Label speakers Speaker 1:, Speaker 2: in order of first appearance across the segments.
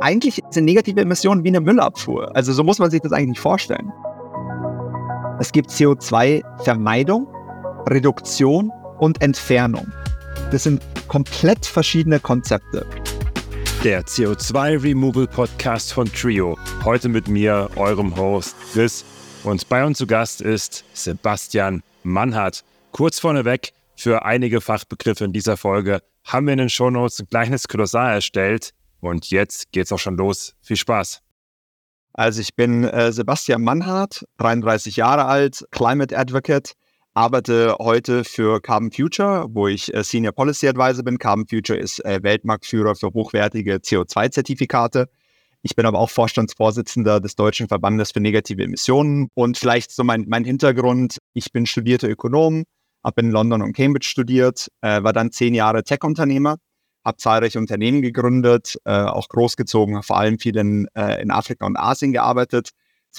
Speaker 1: eigentlich sind negative Emissionen wie eine Müllabfuhr. Also so muss man sich das eigentlich nicht vorstellen. Es gibt CO2-Vermeidung, Reduktion und Entfernung. Das sind komplett verschiedene Konzepte.
Speaker 2: Der CO2-Removal-Podcast von Trio. Heute mit mir, eurem Host Chris. Und bei uns zu Gast ist Sebastian Mannhardt. Kurz vorneweg, für einige Fachbegriffe in dieser Folge haben wir in den Shownotes ein kleines Glossar erstellt. Und jetzt geht's auch schon los. Viel Spaß.
Speaker 1: Also ich bin Sebastian Mannhardt, 33 Jahre alt, Climate Advocate, arbeite heute für Carbon Future, wo ich Senior Policy Advisor bin. Carbon Future ist Weltmarktführer für hochwertige CO2-Zertifikate. Ich bin aber auch Vorstandsvorsitzender des Deutschen Verbandes für negative Emissionen. Und vielleicht so mein Hintergrund: Ich bin studierter Ökonom, habe in London und Cambridge studiert, war dann 10 Jahre Tech-Unternehmer, habe zahlreiche Unternehmen gegründet, auch großgezogen, vor allem viel in Afrika und Asien gearbeitet.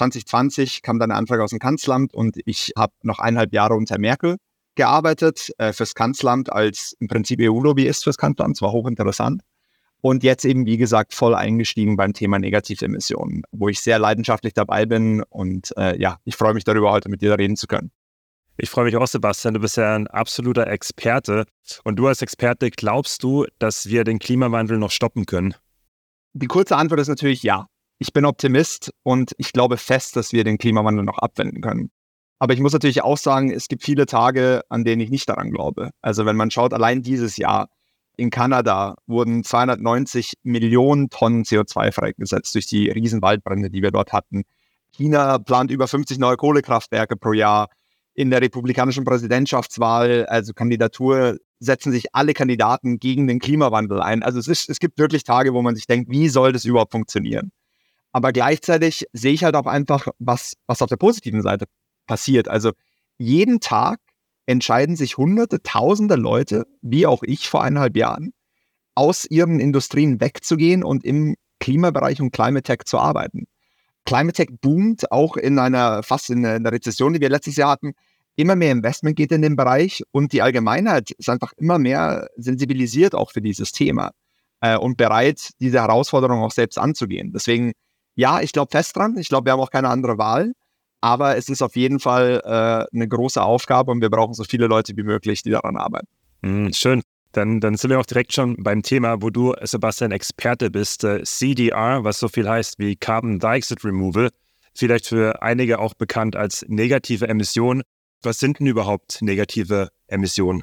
Speaker 1: 2020 kam dann eine Anfrage aus dem Kanzleramt und ich habe noch 1,5 Jahre unter Merkel gearbeitet, fürs Kanzleramt als im Prinzip EU-Lobbyist fürs Kanzleramt. Das war hochinteressant. Und jetzt eben, wie gesagt, voll eingestiegen beim Thema Negativemissionen, wo ich sehr leidenschaftlich dabei bin. Und ich freue mich darüber, heute mit dir reden zu können.
Speaker 2: Ich freue mich auch, Sebastian. Du bist ja ein absoluter Experte. Und du als Experte, glaubst du, dass wir den Klimawandel noch stoppen können?
Speaker 1: Die kurze Antwort ist natürlich ja. Ich bin Optimist und ich glaube fest, dass wir den Klimawandel noch abwenden können. Aber ich muss natürlich auch sagen, es gibt viele Tage, an denen ich nicht daran glaube. Also wenn man schaut, allein dieses Jahr in Kanada wurden 290 Millionen Tonnen CO2 freigesetzt durch die riesen Waldbrände, die wir dort hatten. China plant über 50 neue Kohlekraftwerke pro Jahr. In der republikanischen Präsidentschaftswahl, also Kandidatur, setzen sich alle Kandidaten gegen den Klimawandel ein. Also es gibt wirklich Tage, wo man sich denkt, wie soll das überhaupt funktionieren? Aber gleichzeitig sehe ich halt auch einfach, was auf der positiven Seite passiert. Also jeden Tag entscheiden sich Hunderte, Tausende Leute, wie auch ich vor 1,5 Jahren, aus ihren Industrien wegzugehen und im Klimabereich und Climate Tech zu arbeiten. Climate Tech boomt auch in einer Rezession, die wir letztes Jahr hatten. Immer mehr Investment geht in den Bereich und die Allgemeinheit ist einfach immer mehr sensibilisiert auch für dieses Thema und bereit, diese Herausforderung auch selbst anzugehen. Deswegen, ja, ich glaube fest dran. Ich glaube, wir haben auch keine andere Wahl. Aber es ist auf jeden Fall eine große Aufgabe und wir brauchen so viele Leute wie möglich, die daran arbeiten.
Speaker 2: Schön. Dann sind wir auch direkt schon beim Thema, wo du, Sebastian, Experte bist. CDR, was so viel heißt wie Carbon Dioxide Removal, vielleicht für einige auch bekannt als negative Emissionen. Was sind denn überhaupt negative Emissionen?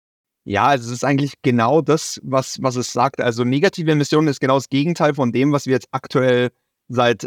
Speaker 1: Ja, also es ist eigentlich genau das, was es sagt. Also negative Emissionen ist genau das Gegenteil von dem, was wir jetzt aktuell seit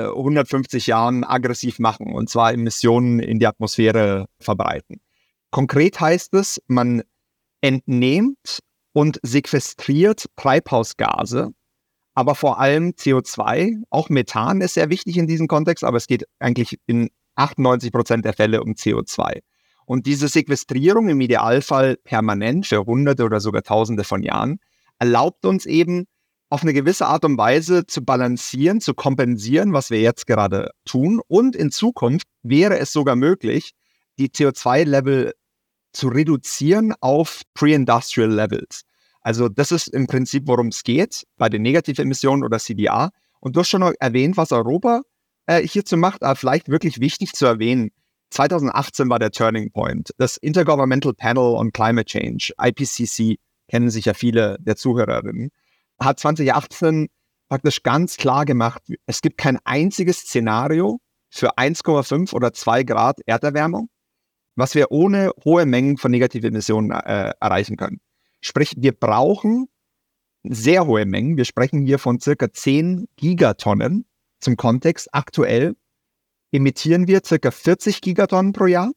Speaker 1: 150 Jahren aggressiv machen, und zwar Emissionen in die Atmosphäre verbreiten. Konkret heißt es, man entnehmt und sequestriert Treibhausgase, aber vor allem CO2, auch Methan ist sehr wichtig in diesem Kontext, aber es geht eigentlich in 98% der Fälle um CO2. Und diese Sequestrierung im Idealfall permanent für Hunderte oder sogar Tausende von Jahren erlaubt uns eben auf eine gewisse Art und Weise zu balancieren, zu kompensieren, was wir jetzt gerade tun. Und in Zukunft wäre es sogar möglich, die CO2-Level zu reduzieren auf Pre-Industrial Levels. Also das ist im Prinzip, worum es geht bei den Negativemissionen oder CDR. Und du hast schon noch erwähnt, was Europa hierzu macht, aber vielleicht wirklich wichtig zu erwähnen. 2018 war der Turning Point. Das Intergovernmental Panel on Climate Change, IPCC, kennen sicher viele der Zuhörerinnen, hat 2018 praktisch ganz klar gemacht, es gibt kein einziges Szenario für 1,5 oder 2 Grad Erderwärmung, was wir ohne hohe Mengen von negativen Emissionen erreichen können. Sprich, wir brauchen sehr hohe Mengen. Wir sprechen hier von circa 10 Gigatonnen. Zum Kontext, aktuell emittieren wir circa 40 Gigatonnen pro Jahr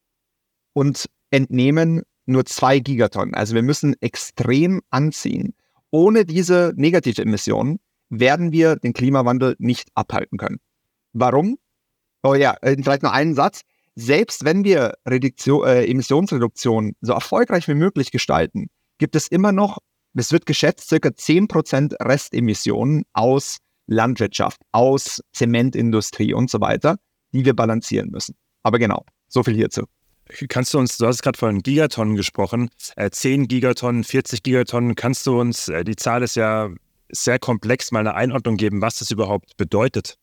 Speaker 1: und entnehmen nur 2 Gigatonnen. Also wir müssen extrem anziehen. Ohne diese Negativemissionen werden wir den Klimawandel nicht abhalten können. Warum? Oh ja, vielleicht noch einen Satz. Selbst wenn wir Emissionsreduktion so erfolgreich wie möglich gestalten, gibt es immer noch, es wird geschätzt, ca. 10% Restemissionen aus Landwirtschaft, aus Zementindustrie und so weiter, die wir balancieren müssen. Aber genau, so viel hierzu.
Speaker 2: Kannst du uns, du hast gerade von Gigatonnen gesprochen, 10 Gigatonnen, 40 Gigatonnen, kannst du uns, die Zahl ist ja sehr komplex mal eine Einordnung geben, was das überhaupt bedeutet?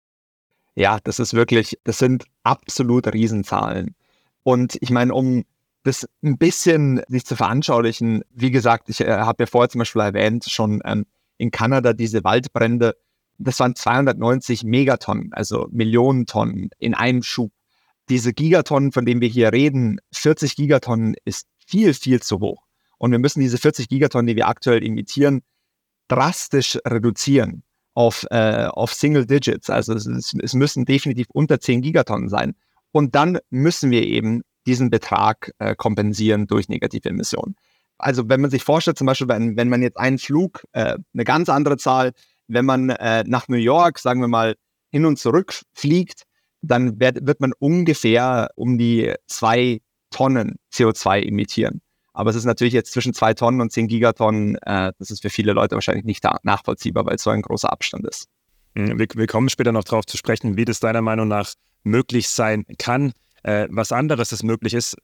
Speaker 1: Ja, das sind absolut Riesenzahlen. Und ich meine, um das ein bisschen sich zu veranschaulichen, wie gesagt, ich habe ja vorher zum Beispiel erwähnt, schon in Kanada diese Waldbrände, das waren 290 Megatonnen, also Millionen Tonnen in einem Schub. Diese Gigatonnen, von denen wir hier reden, 40 Gigatonnen ist viel, viel zu hoch. Und wir müssen diese 40 Gigatonnen, die wir aktuell emittieren, drastisch reduzieren auf Single Digits. Also es müssen definitiv unter 10 Gigatonnen sein. Und dann müssen wir eben diesen Betrag kompensieren durch negative Emissionen. Also wenn man sich vorstellt, zum Beispiel, wenn man jetzt einen Flug, eine ganz andere Zahl, wenn man nach New York, sagen wir mal, hin und zurück fliegt, dann wird man ungefähr um die 2 Tonnen CO2 emittieren. Aber es ist natürlich jetzt zwischen 2 Tonnen und 10 Gigatonnen, das ist für viele Leute wahrscheinlich nicht nachvollziehbar, weil es so ein großer Abstand ist.
Speaker 2: Wir kommen später noch darauf zu sprechen, wie das deiner Meinung nach möglich sein kann. Was anderes ist möglich ist,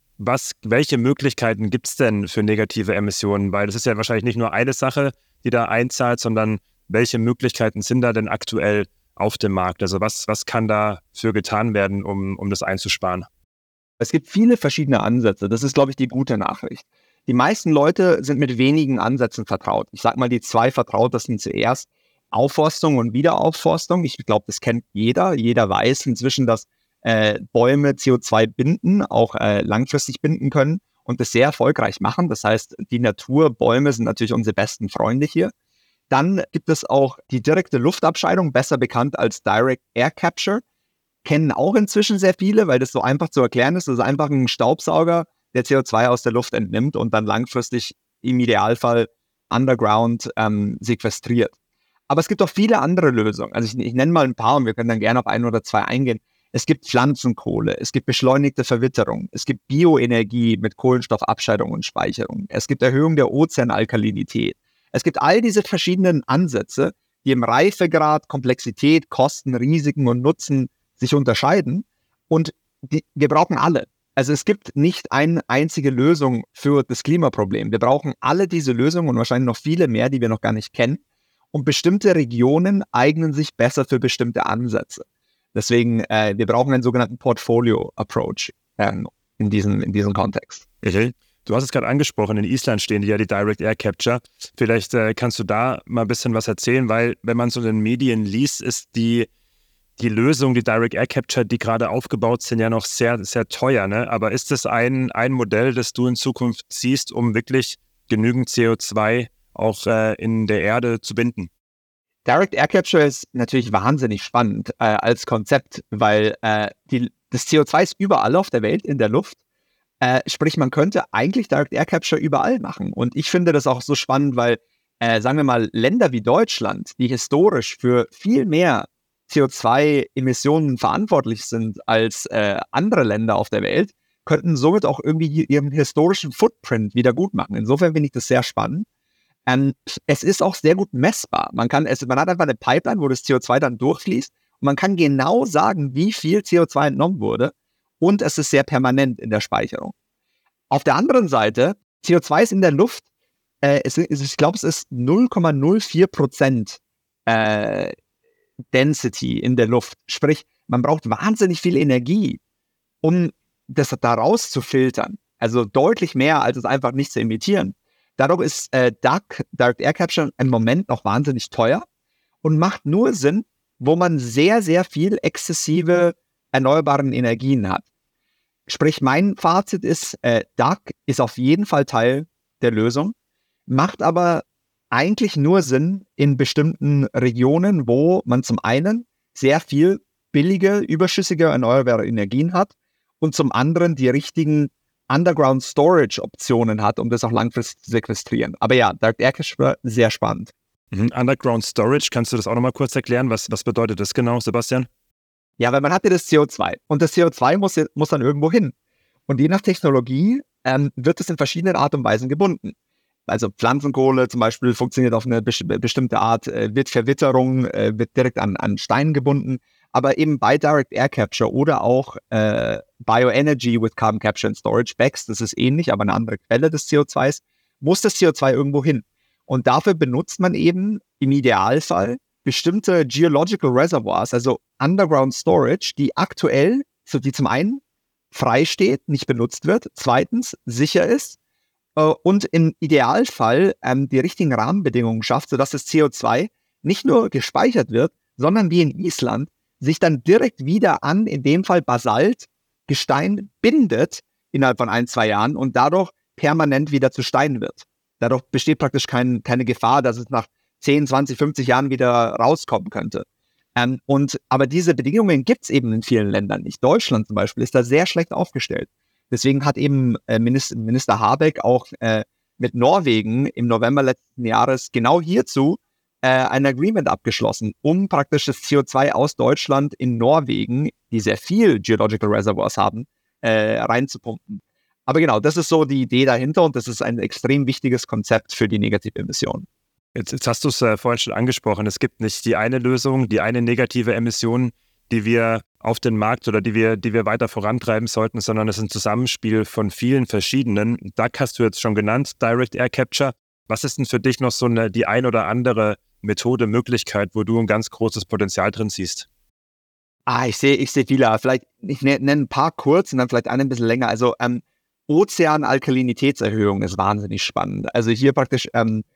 Speaker 2: welche Möglichkeiten gibt es denn für negative Emissionen? Weil das ist ja wahrscheinlich nicht nur eine Sache, die da einzahlt, sondern welche Möglichkeiten sind da denn aktuell auf dem Markt? Also was kann dafür getan werden, um das einzusparen?
Speaker 1: Es gibt viele verschiedene Ansätze. Das ist, glaube ich, die gute Nachricht. Die meisten Leute sind mit wenigen Ansätzen vertraut. Ich sage mal, die 2 vertrautesten zuerst. Aufforstung und Wiederaufforstung. Ich glaube, das kennt jeder. Jeder weiß inzwischen, dass Bäume CO2 binden, auch langfristig binden können und das sehr erfolgreich machen. Das heißt, die Natur, Bäume sind natürlich unsere besten Freunde hier. Dann gibt es auch die direkte Luftabscheidung, besser bekannt als Direct Air Capture. Kennen auch inzwischen sehr viele, weil das so einfach zu erklären ist. Das ist einfach ein Staubsauger, der CO2 aus der Luft entnimmt und dann langfristig im Idealfall underground sequestriert. Aber es gibt auch viele andere Lösungen. Also ich nenne mal ein paar und wir können dann gerne auf 1 oder 2 eingehen. Es gibt Pflanzenkohle, es gibt beschleunigte Verwitterung, es gibt Bioenergie mit Kohlenstoffabscheidung und Speicherung, es gibt Erhöhung der Ozeanalkalinität. Es gibt all diese verschiedenen Ansätze, die im Reifegrad, Komplexität, Kosten, Risiken und Nutzen sich unterscheiden und wir brauchen alle. Also es gibt nicht eine einzige Lösung für das Klimaproblem. Wir brauchen alle diese Lösungen und wahrscheinlich noch viele mehr, die wir noch gar nicht kennen. Und bestimmte Regionen eignen sich besser für bestimmte Ansätze. Deswegen, wir brauchen einen sogenannten Portfolio-Approach in diesem Kontext.
Speaker 2: Okay. Du hast es gerade angesprochen, in Island stehen ja die Direct Air Capture. Vielleicht kannst du da mal ein bisschen was erzählen, weil wenn man so in den Medien liest, ist die Lösung, die Direct Air Capture, die gerade aufgebaut sind, ja noch sehr, sehr teuer. Ne? Aber ist das ein Modell, das du in Zukunft siehst, um wirklich genügend CO2 auch in der Erde zu binden?
Speaker 1: Direct Air Capture ist natürlich wahnsinnig spannend als Konzept, weil das CO2 ist überall auf der Welt in der Luft. Sprich, man könnte eigentlich Direct Air Capture überall machen. Und ich finde das auch so spannend, weil, sagen wir mal, Länder wie Deutschland, die historisch für viel mehr CO2-Emissionen verantwortlich sind als andere Länder auf der Welt, könnten somit auch irgendwie ihren historischen Footprint wieder gut machen. Insofern finde ich das sehr spannend. Es ist auch sehr gut messbar. Man hat einfach eine Pipeline, wo das CO2 dann durchfließt und man kann genau sagen, wie viel CO2 entnommen wurde und es ist sehr permanent in der Speicherung. Auf der anderen Seite, CO2 ist in der Luft, ich glaube, es ist 0,04% Density in der Luft. Sprich, man braucht wahnsinnig viel Energie, um das da rauszufiltern. Also deutlich mehr, als es einfach nicht zu emittieren. Dadurch ist DAC, Direct Air Capture, im Moment noch wahnsinnig teuer und macht nur Sinn, wo man sehr, sehr viel exzessive erneuerbaren Energien hat. Sprich, mein Fazit ist, DAC ist auf jeden Fall Teil der Lösung, macht aber eigentlich nur Sinn in bestimmten Regionen, wo man zum einen sehr viel billige, überschüssige erneuerbare Energien hat und zum anderen die richtigen Underground Storage Optionen hat, um das auch langfristig zu sequestrieren. Aber ja, Direct Air Capture, sehr spannend.
Speaker 2: Underground Storage, kannst du das auch nochmal kurz erklären? Was bedeutet das genau, Sebastian?
Speaker 1: Ja, weil man hat ja das CO2 und das CO2 muss dann irgendwo hin. Und je nach Technologie wird es in verschiedenen Art und Weisen gebunden. Also Pflanzenkohle zum Beispiel funktioniert auf eine bestimmte Art, wird Verwitterung, wird direkt an Stein gebunden. Aber eben bei Direct Air Capture oder auch Bioenergy with Carbon Capture and Storage, BECCS, das ist ähnlich, aber eine andere Quelle des CO2s, muss das CO2 irgendwo hin. Und dafür benutzt man eben im Idealfall bestimmte Geological Reservoirs, also Underground Storage, die aktuell, die zum einen frei steht, nicht benutzt wird, zweitens sicher ist und im Idealfall die richtigen Rahmenbedingungen schafft, sodass das CO2 nicht nur gespeichert wird, sondern wie in Island sich dann direkt wieder an, in dem Fall Basalt, Gestein bindet innerhalb von 1-2 Jahren und dadurch permanent wieder zu Stein wird. Dadurch besteht praktisch keine Gefahr, dass es nach 10, 20, 50 Jahren wieder rauskommen könnte. Aber diese Bedingungen gibt es eben in vielen Ländern nicht. Deutschland zum Beispiel ist da sehr schlecht aufgestellt. Deswegen hat eben Minister Habeck auch mit Norwegen im November letzten Jahres genau hierzu ein Agreement abgeschlossen, um praktisch das CO2 aus Deutschland in Norwegen, die sehr viel Geological Reservoirs haben, reinzupumpen. Aber genau, das ist so die Idee dahinter und das ist ein extrem wichtiges Konzept für die Negativemissionen.
Speaker 2: Jetzt hast du es vorhin schon angesprochen, es gibt nicht die eine Lösung, die eine negative Emission, die wir auf den Markt oder die wir weiter vorantreiben sollten, sondern es ist ein Zusammenspiel von vielen verschiedenen. DAC hast du jetzt schon genannt, Direct Air Capture. Was ist denn für dich noch so die ein oder andere Methode, Möglichkeit, wo du ein ganz großes Potenzial drin siehst?
Speaker 1: Ich sehe viele. Vielleicht, ich nenne ein paar kurz und dann vielleicht eine ein bisschen länger. Also Ozeanalkalinitätserhöhung ist wahnsinnig spannend. Also hier praktisch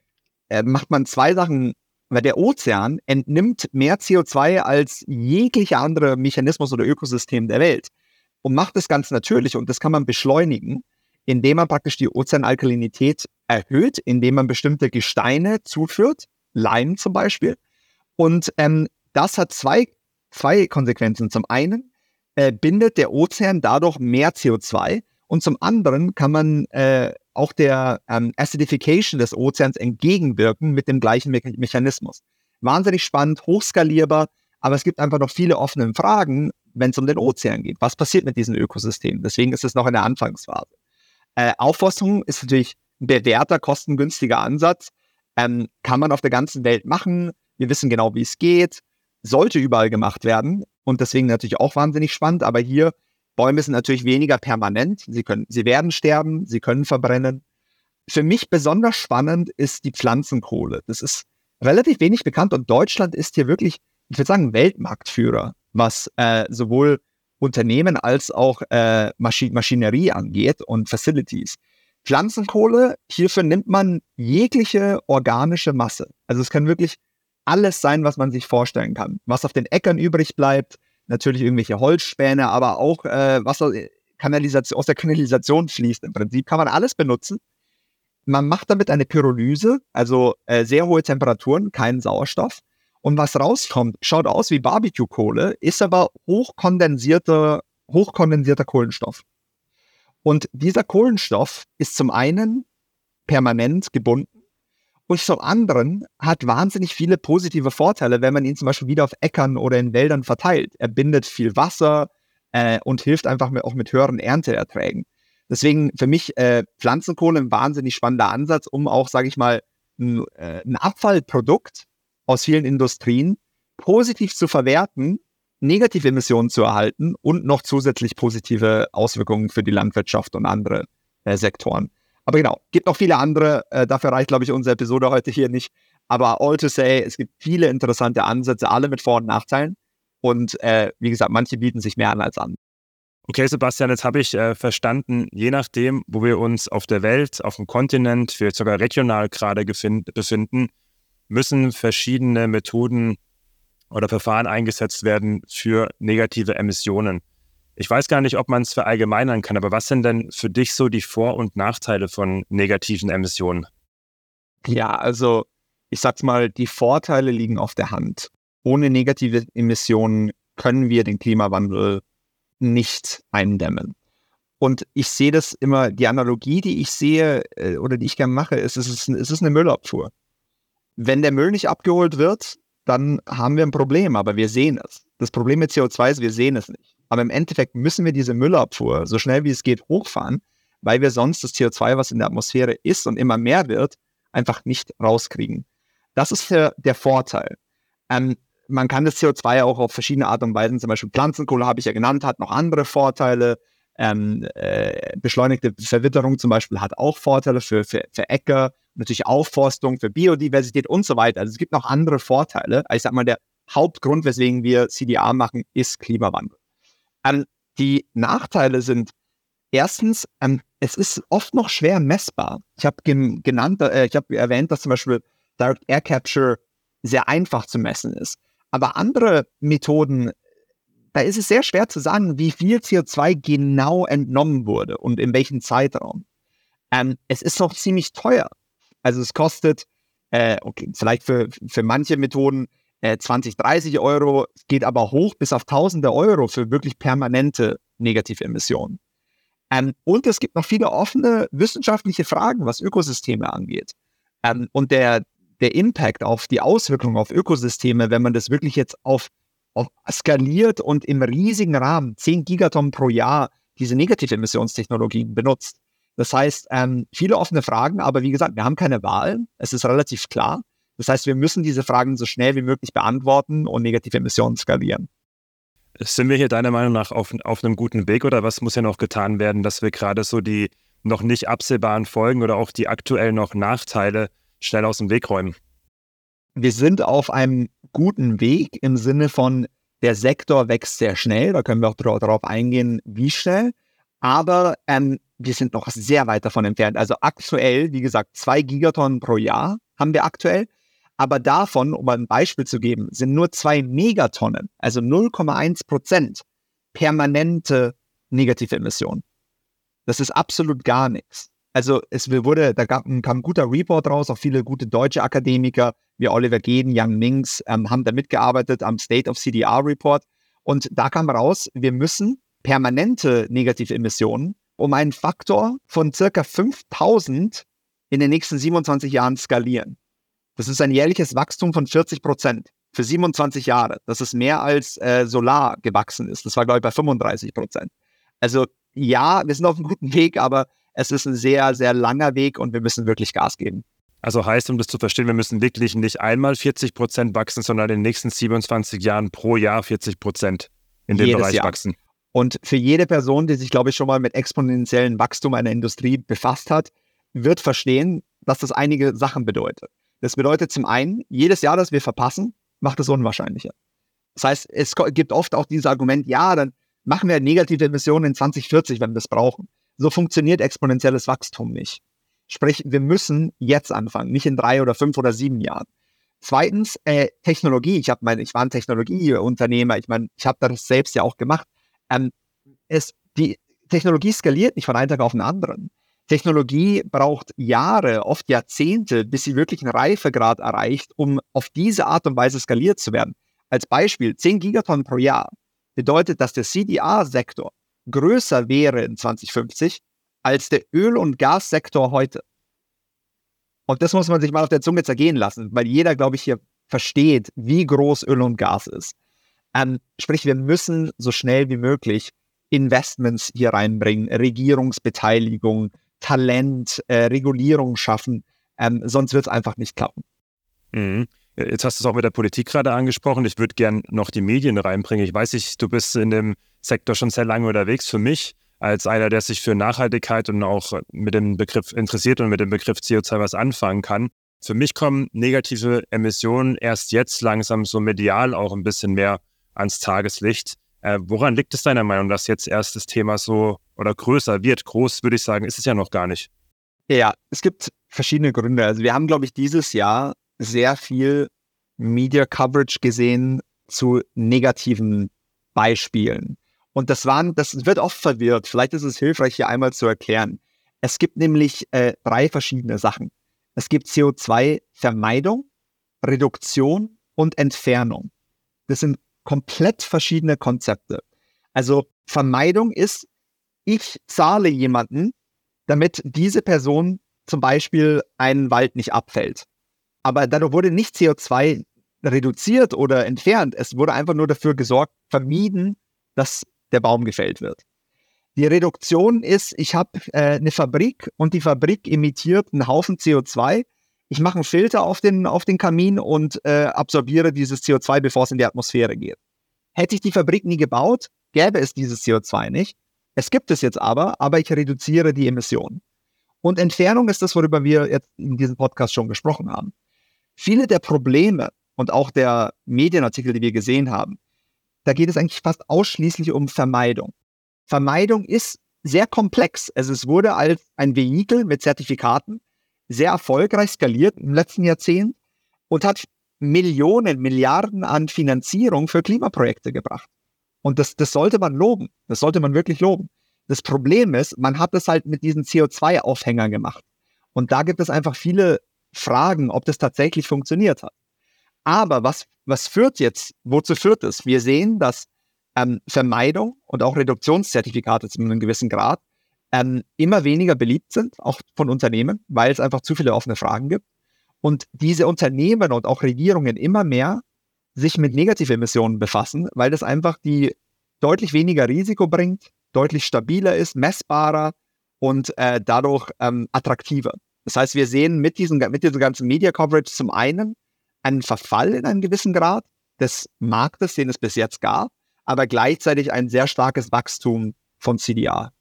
Speaker 1: macht man 2 Sachen, weil der Ozean entnimmt mehr CO2 als jeglicher andere Mechanismus oder Ökosystem der Welt und macht das ganz natürlich und das kann man beschleunigen, indem man praktisch die Ozeanalkalinität erhöht, indem man bestimmte Gesteine zuführt, Leim zum Beispiel. Und das hat zwei Konsequenzen. Zum einen bindet der Ozean dadurch mehr CO2 und zum anderen kann man auch der Acidification des Ozeans entgegenwirken mit dem gleichen Mechanismus. Wahnsinnig spannend, hochskalierbar, aber es gibt einfach noch viele offene Fragen, wenn es um den Ozean geht. Was passiert mit diesen Ökosystemen? Deswegen ist es noch in der Anfangsphase. Aufforstung ist natürlich ein bewährter, kostengünstiger Ansatz. Kann man auf der ganzen Welt machen. Wir wissen genau, wie es geht. Sollte überall gemacht werden und deswegen natürlich auch wahnsinnig spannend. Aber hier, Bäume sind natürlich weniger permanent. Sie werden sterben, sie können verbrennen. Für mich besonders spannend ist die Pflanzenkohle. Das ist relativ wenig bekannt und Deutschland ist hier wirklich, ich würde sagen, Weltmarktführer, was sowohl Unternehmen als auch Maschinerie angeht und Facilities. Pflanzenkohle, hierfür nimmt man jegliche organische Masse. Also es kann wirklich alles sein, was man sich vorstellen kann. Was auf den Äckern übrig bleibt, natürlich irgendwelche Holzspäne, aber auch was aus der Kanalisation fließt im Prinzip, kann man alles benutzen. Man macht damit eine Pyrolyse, also sehr hohe Temperaturen, keinen Sauerstoff. Und was rauskommt, schaut aus wie Barbecue-Kohle, ist aber hochkondensierter Kohlenstoff. Und dieser Kohlenstoff ist zum einen permanent gebunden und zum anderen hat wahnsinnig viele positive Vorteile, wenn man ihn zum Beispiel wieder auf Äckern oder in Wäldern verteilt. Er bindet viel Wasser und hilft einfach auch mit höheren Ernteerträgen. Deswegen für mich Pflanzenkohle ein wahnsinnig spannender Ansatz, um auch, sage ich mal, ein Abfallprodukt aus vielen Industrien positiv zu verwerten, negative Emissionen zu erhalten und noch zusätzlich positive Auswirkungen für die Landwirtschaft und andere Sektoren. Aber genau, gibt noch viele andere, dafür reicht, glaube ich, unsere Episode heute hier nicht. Aber all to say, es gibt viele interessante Ansätze, alle mit Vor- und Nachteilen. Und wie gesagt, manche bieten sich mehr an als andere.
Speaker 2: Okay, Sebastian, jetzt habe ich verstanden, je nachdem, wo wir uns auf der Welt, auf dem Kontinent, vielleicht sogar regional gerade befinden, müssen verschiedene Methoden oder Verfahren eingesetzt werden für negative Emissionen. Ich weiß gar nicht, ob man es verallgemeinern kann, aber was sind denn für dich so die Vor- und Nachteile von negativen Emissionen?
Speaker 1: Ja, also ich sag's mal, die Vorteile liegen auf der Hand. Ohne negative Emissionen können wir den Klimawandel nicht eindämmen. Und ich sehe das immer, die Analogie, die ich sehe oder die ich gerne mache, es ist eine Müllabfuhr. Wenn der Müll nicht abgeholt wird, dann haben wir ein Problem, aber wir sehen es. Das Problem mit CO2 ist, wir sehen es nicht. Aber im Endeffekt müssen wir diese Müllabfuhr so schnell wie es geht hochfahren, weil wir sonst das CO2, was in der Atmosphäre ist und immer mehr wird, einfach nicht rauskriegen. Das ist der Vorteil. Man kann das CO2 auch auf verschiedene Art und Weisen, zum Beispiel Pflanzenkohle habe ich ja genannt, hat noch andere Vorteile. Beschleunigte Verwitterung zum Beispiel hat auch Vorteile für Äcker natürlich Aufforstung, für Biodiversität und so weiter. Also es gibt noch andere Vorteile. Ich sag mal, der Hauptgrund, weswegen wir CDR machen, ist Klimawandel. Die Nachteile sind erstens, es ist oft noch schwer messbar. Ich habe erwähnt, dass zum Beispiel Direct Air Capture sehr einfach zu messen ist. Aber andere Methoden, da ist es sehr schwer zu sagen, wie viel CO2 genau entnommen wurde und in welchem Zeitraum. Es ist noch ziemlich teuer. Also es kostet, vielleicht für manche Methoden 20, 30 Euro, geht aber hoch bis auf Tausende Euro für wirklich permanente Negativemissionen. Und es gibt noch viele offene wissenschaftliche Fragen, was Ökosysteme angeht. Und der Impact auf die Auswirkungen auf Ökosysteme, wenn man das wirklich jetzt auf skaliert und im riesigen Rahmen 10 Gigatonnen pro Jahr diese Negativemissionstechnologien benutzt. Das heißt, viele offene Fragen, aber wie gesagt, wir haben keine Wahl. Es ist relativ klar. Das heißt, wir müssen diese Fragen so schnell wie möglich beantworten und negative Emissionen skalieren.
Speaker 2: Sind wir hier deiner Meinung nach auf einem guten Weg oder was muss ja noch getan werden, dass wir gerade so die noch nicht absehbaren Folgen oder auch die aktuell noch Nachteile schnell aus dem Weg räumen?
Speaker 1: Wir sind auf einem guten Weg im Sinne von, der Sektor wächst sehr schnell. Da können wir auch darauf eingehen, wie schnell. Aber wir sind noch sehr weit davon entfernt. Also aktuell, wie gesagt, 2 Gigatonnen pro Jahr haben wir aktuell. Aber davon, um mal ein Beispiel zu geben, sind nur 2 Megatonnen, also 0,1% permanente negative Emissionen. Das ist absolut gar nichts. Also da kam ein guter Report raus, auch viele gute deutsche Akademiker wie Oliver Geden, Yang Mings haben da mitgearbeitet am State of CDR Report. Und da kam raus, wir müssen permanente negative Emissionen um einen Faktor von circa 5000 in den nächsten 27 Jahren skalieren. Das ist ein jährliches Wachstum von 40% für 27 Jahre. Das ist mehr als Solar gewachsen ist. Das war, glaube ich, bei 35%. Also ja, wir sind auf einem guten Weg, aber es ist ein sehr, sehr langer Weg und wir müssen wirklich Gas geben.
Speaker 2: Also heißt, um das zu verstehen, wir müssen wirklich nicht einmal 40% wachsen, sondern in den nächsten 27 Jahren pro Jahr 40% in dem Bereich wachsen.
Speaker 1: Und für jede Person, die sich, glaube ich, schon mal mit exponentiellem Wachstum einer Industrie befasst hat, wird verstehen, dass das einige Sachen bedeutet. Das bedeutet zum einen, jedes Jahr, das wir verpassen, macht es unwahrscheinlicher. Das heißt, es gibt oft auch dieses Argument, ja, dann machen wir negative Emissionen in 2040, wenn wir es brauchen. So funktioniert exponentielles Wachstum nicht. Sprich, wir müssen jetzt anfangen, nicht in 3 oder 5 oder 7 Jahren. Zweitens, Technologie. Ich war ein Technologieunternehmer. Ich habe das selbst ja auch gemacht. Die Technologie skaliert nicht von einem Tag auf den anderen. Technologie braucht Jahre, oft Jahrzehnte, bis sie wirklich einen Reifegrad erreicht, um auf diese Art und Weise skaliert zu werden. Als Beispiel, 10 Gigatonnen pro Jahr bedeutet, dass der CDR-Sektor größer wäre in 2050 als der Öl- und Gassektor heute. Und das muss man sich mal auf der Zunge zergehen lassen, weil jeder, glaube ich, hier versteht, wie groß Öl und Gas ist. Sprich, wir müssen so schnell wie möglich Investments hier reinbringen, Regierungsbeteiligung, Talent, Regulierung schaffen, sonst wird es einfach nicht klappen.
Speaker 2: Mhm. Jetzt hast du es auch mit der Politik gerade angesprochen. Ich würde gern noch die Medien reinbringen. Ich weiß nicht, du bist in dem Sektor schon sehr lange unterwegs. Für mich als einer, der sich für Nachhaltigkeit und auch mit dem Begriff interessiert und mit dem Begriff CO2 was anfangen kann, für mich kommen negative Emissionen erst jetzt langsam so medial auch ein bisschen mehr ans Tageslicht. Woran liegt es deiner Meinung, dass jetzt erst das Thema so oder größer wird? Groß, würde ich sagen, ist es ja noch gar nicht.
Speaker 1: Ja, es gibt verschiedene Gründe. Also wir haben, glaube ich, dieses Jahr sehr viel Media Coverage gesehen zu negativen Beispielen. Und das wird oft verwirrt. Vielleicht ist es hilfreich, hier einmal zu erklären. Es gibt nämlich 3 verschiedene Sachen. Es gibt CO2-Vermeidung, Reduktion und Entfernung. Das sind komplett verschiedene Konzepte. Also Vermeidung ist, ich zahle jemanden, damit diese Person zum Beispiel einen Wald nicht abfällt. Aber dadurch wurde nicht CO2 reduziert oder entfernt. Es wurde einfach nur dafür vermieden, dass der Baum gefällt wird. Die Reduktion ist, ich habe eine Fabrik und die Fabrik emittiert einen Haufen CO2. Ich mache einen Filter auf den Kamin und absorbiere dieses CO2, bevor es in die Atmosphäre geht. Hätte ich die Fabrik nie gebaut, gäbe es dieses CO2 nicht. Es gibt es jetzt aber ich reduziere die Emissionen. Und Entfernung ist das, worüber wir jetzt in diesem Podcast schon gesprochen haben. Viele der Probleme und auch der Medienartikel, die wir gesehen haben, da geht es eigentlich fast ausschließlich um Vermeidung. Vermeidung ist sehr komplex. Also es wurde als ein Vehikel mit Zertifikaten sehr erfolgreich skaliert im letzten Jahrzehnt und hat Millionen, Milliarden an Finanzierung für Klimaprojekte gebracht. Und das sollte man loben. Das sollte man wirklich loben. Das Problem ist, man hat das halt mit diesen CO2-Aufhängern gemacht. Und da gibt es einfach viele Fragen, ob das tatsächlich funktioniert hat. Aber wozu führt es? Wir sehen, dass Vermeidung und auch Reduktionszertifikate zu einem gewissen Grad immer weniger beliebt sind, auch von Unternehmen, weil es einfach zu viele offene Fragen gibt. Und diese Unternehmen und auch Regierungen immer mehr sich mit Negativemissionen befassen, weil das einfach die deutlich weniger Risiko bringt, deutlich stabiler ist, messbarer und dadurch attraktiver. Das heißt, wir sehen mit diesem ganzen Media-Coverage zum einen einen Verfall in einem gewissen Grad des Marktes, den es bis jetzt gab, aber gleichzeitig ein sehr starkes Wachstum von CDR.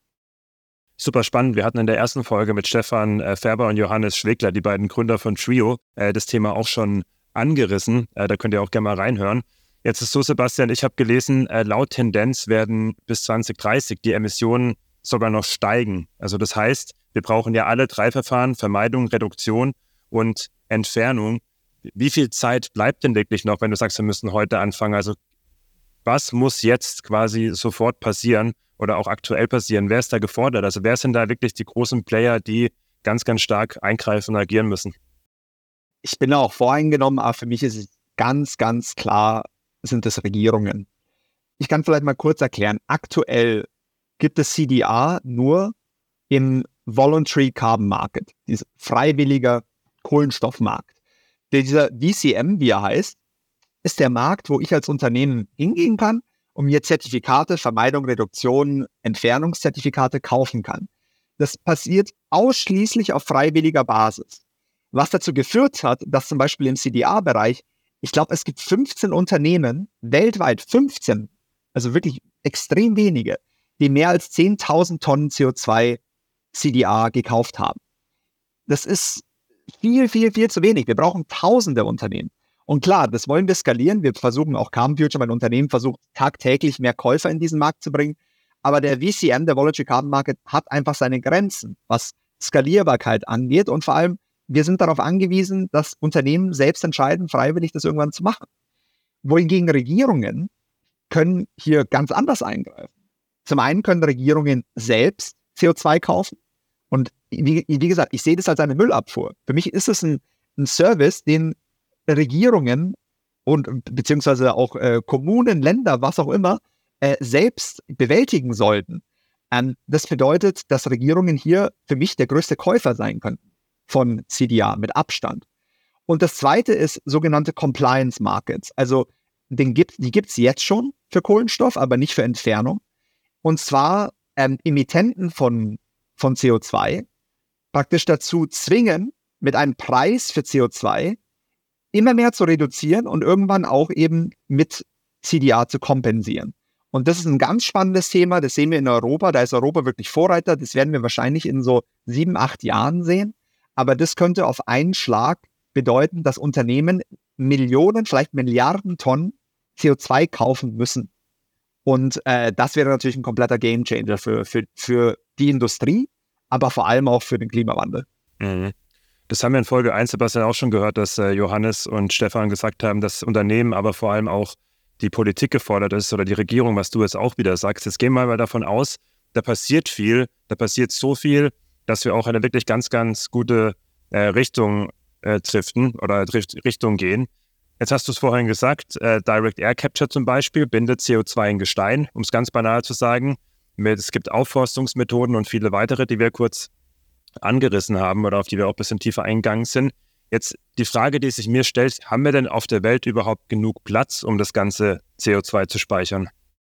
Speaker 2: Super spannend. Wir hatten in der ersten Folge mit Stefan Färber und Johannes Schwegler, die beiden Gründer von Trio, das Thema auch schon angerissen. Da könnt ihr auch gerne mal reinhören. Jetzt ist so, Sebastian, ich habe gelesen, laut Tendenz werden bis 2030 die Emissionen sogar noch steigen. Also das heißt, wir brauchen ja alle 3 Verfahren, Vermeidung, Reduktion und Entfernung. Wie viel Zeit bleibt denn wirklich noch, wenn du sagst, wir müssen heute anfangen? Also was muss jetzt quasi sofort passieren oder auch aktuell passieren? Wer ist da gefordert? Also wer sind da wirklich die großen Player, die ganz, ganz stark eingreifen und agieren müssen?
Speaker 1: Ich bin auch voreingenommen, aber für mich ist es ganz, ganz klar, sind es Regierungen. Ich kann vielleicht mal kurz erklären. Aktuell gibt es CDR nur im Voluntary Carbon Market, dieser freiwilliger Kohlenstoffmarkt. Dieser VCM, wie er heißt, ist der Markt, wo ich als Unternehmen hingehen kann und mir Zertifikate, Vermeidung, Reduktion, Entfernungszertifikate kaufen kann. Das passiert ausschließlich auf freiwilliger Basis. Was dazu geführt hat, dass zum Beispiel im CDR-Bereich, ich glaube, es gibt 15 Unternehmen, weltweit 15, also wirklich extrem wenige, die mehr als 10.000 Tonnen CO2 CDR gekauft haben. Das ist viel, viel, viel zu wenig. Wir brauchen tausende Unternehmen. Und klar, das wollen wir skalieren. Wir versuchen auch Carbon Future, mein Unternehmen versucht tagtäglich mehr Käufer in diesen Markt zu bringen. Aber der VCM, der Voluntary Carbon Market, hat einfach seine Grenzen, was Skalierbarkeit angeht. Und vor allem, wir sind darauf angewiesen, dass Unternehmen selbst entscheiden, freiwillig das irgendwann zu machen. Wohingegen Regierungen können hier ganz anders eingreifen. Zum einen können Regierungen selbst CO2 kaufen. Und wie gesagt, ich sehe das als eine Müllabfuhr. Für mich ist es ein Service, den Regierungen und beziehungsweise auch Kommunen, Länder, was auch immer, selbst bewältigen sollten. Das bedeutet, dass Regierungen hier für mich der größte Käufer sein könnten von CDR mit Abstand. Und das zweite ist sogenannte Compliance Markets. Also die gibt es jetzt schon für Kohlenstoff, aber nicht für Entfernung. Und zwar Emittenten von CO2 praktisch dazu zwingen, mit einem Preis für CO2 immer mehr zu reduzieren und irgendwann auch eben mit CDR zu kompensieren. Und das ist ein ganz spannendes Thema, das sehen wir in Europa, da ist Europa wirklich Vorreiter, das werden wir wahrscheinlich in so 7, 8 Jahren sehen, aber das könnte auf einen Schlag bedeuten, dass Unternehmen Millionen, vielleicht Milliarden Tonnen CO2 kaufen müssen. Und das wäre natürlich ein kompletter Gamechanger für die Industrie, aber vor allem auch für den Klimawandel.
Speaker 2: Mhm. Das haben wir in Folge 1, Sebastian, auch schon gehört, dass Johannes und Stefan gesagt haben, dass Unternehmen, aber vor allem auch die Politik gefordert ist oder die Regierung, was du jetzt auch wieder sagst. Jetzt gehen wir mal davon aus, da passiert viel, da passiert so viel, dass wir auch eine wirklich ganz, ganz gute Richtung driften oder Richtung gehen. Jetzt hast du es vorhin gesagt, Direct Air Capture zum Beispiel bindet CO2 in Gestein, um es ganz banal zu sagen. Es gibt Aufforstungsmethoden und viele weitere, die wir kurz angerissen haben oder auf die wir auch ein bisschen tiefer eingegangen sind. Jetzt die Frage, die sich mir stellt, haben wir denn auf der Welt überhaupt genug Platz, um das ganze CO2 zu speichern?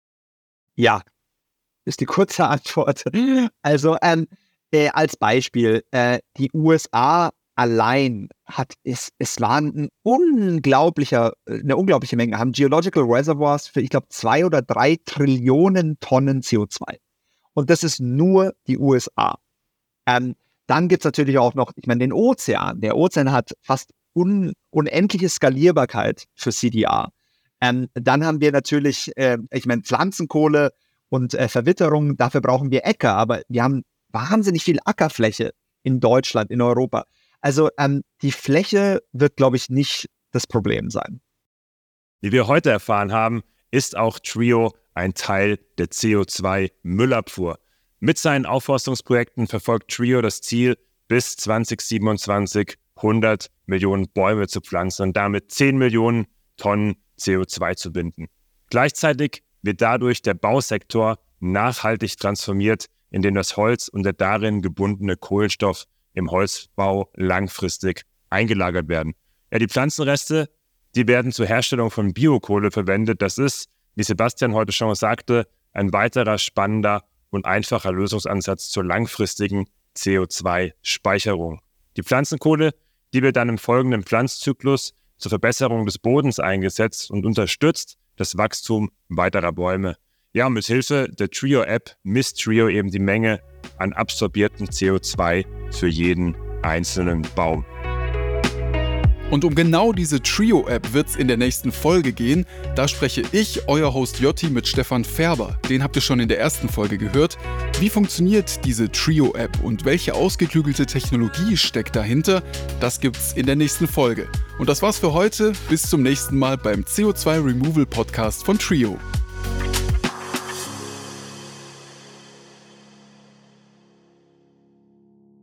Speaker 1: Ja, ist die kurze Antwort. Also als Beispiel, die USA allein es waren eine unglaubliche Menge, haben Geological Reservoirs für, ich glaube, 2 oder 3 Trillionen Tonnen CO2. Und das ist nur die USA. Dann gibt es natürlich auch noch, den Ozean. Der Ozean hat fast unendliche Skalierbarkeit für CDR. Dann haben wir natürlich, Pflanzenkohle und Verwitterung. Dafür brauchen wir Äcker, aber wir haben wahnsinnig viel Ackerfläche in Deutschland, in Europa. Also die Fläche wird, glaube ich, nicht das Problem sein.
Speaker 2: Wie wir heute erfahren haben, ist auch Trio ein Teil der CO2-Müllabfuhr. Mit seinen Aufforstungsprojekten verfolgt Trio das Ziel, bis 2027 100 Millionen Bäume zu pflanzen und damit 10 Millionen Tonnen CO2 zu binden. Gleichzeitig wird dadurch der Bausektor nachhaltig transformiert, indem das Holz und der darin gebundene Kohlenstoff im Holzbau langfristig eingelagert werden. Ja, die Pflanzenreste, die werden zur Herstellung von Biokohle verwendet. Das ist, wie Sebastian heute schon sagte, ein weiterer spannender und einfacher Lösungsansatz zur langfristigen CO2-Speicherung. Die Pflanzenkohle, die wird dann im folgenden Pflanzzyklus zur Verbesserung des Bodens eingesetzt und unterstützt das Wachstum weiterer Bäume. Ja, und mit Hilfe der Trio-App misst Trio eben die Menge an absorbiertem CO2 für jeden einzelnen Baum.
Speaker 3: Und um genau diese Trio-App wird es in der nächsten Folge gehen. Da spreche ich, euer Host Jotti, mit Stefan Färber. Den habt ihr schon in der ersten Folge gehört. Wie funktioniert diese Trio-App und welche ausgeklügelte Technologie steckt dahinter? Das gibt's in der nächsten Folge. Und das war's für heute. Bis zum nächsten Mal beim CO2 Removal Podcast von Trio.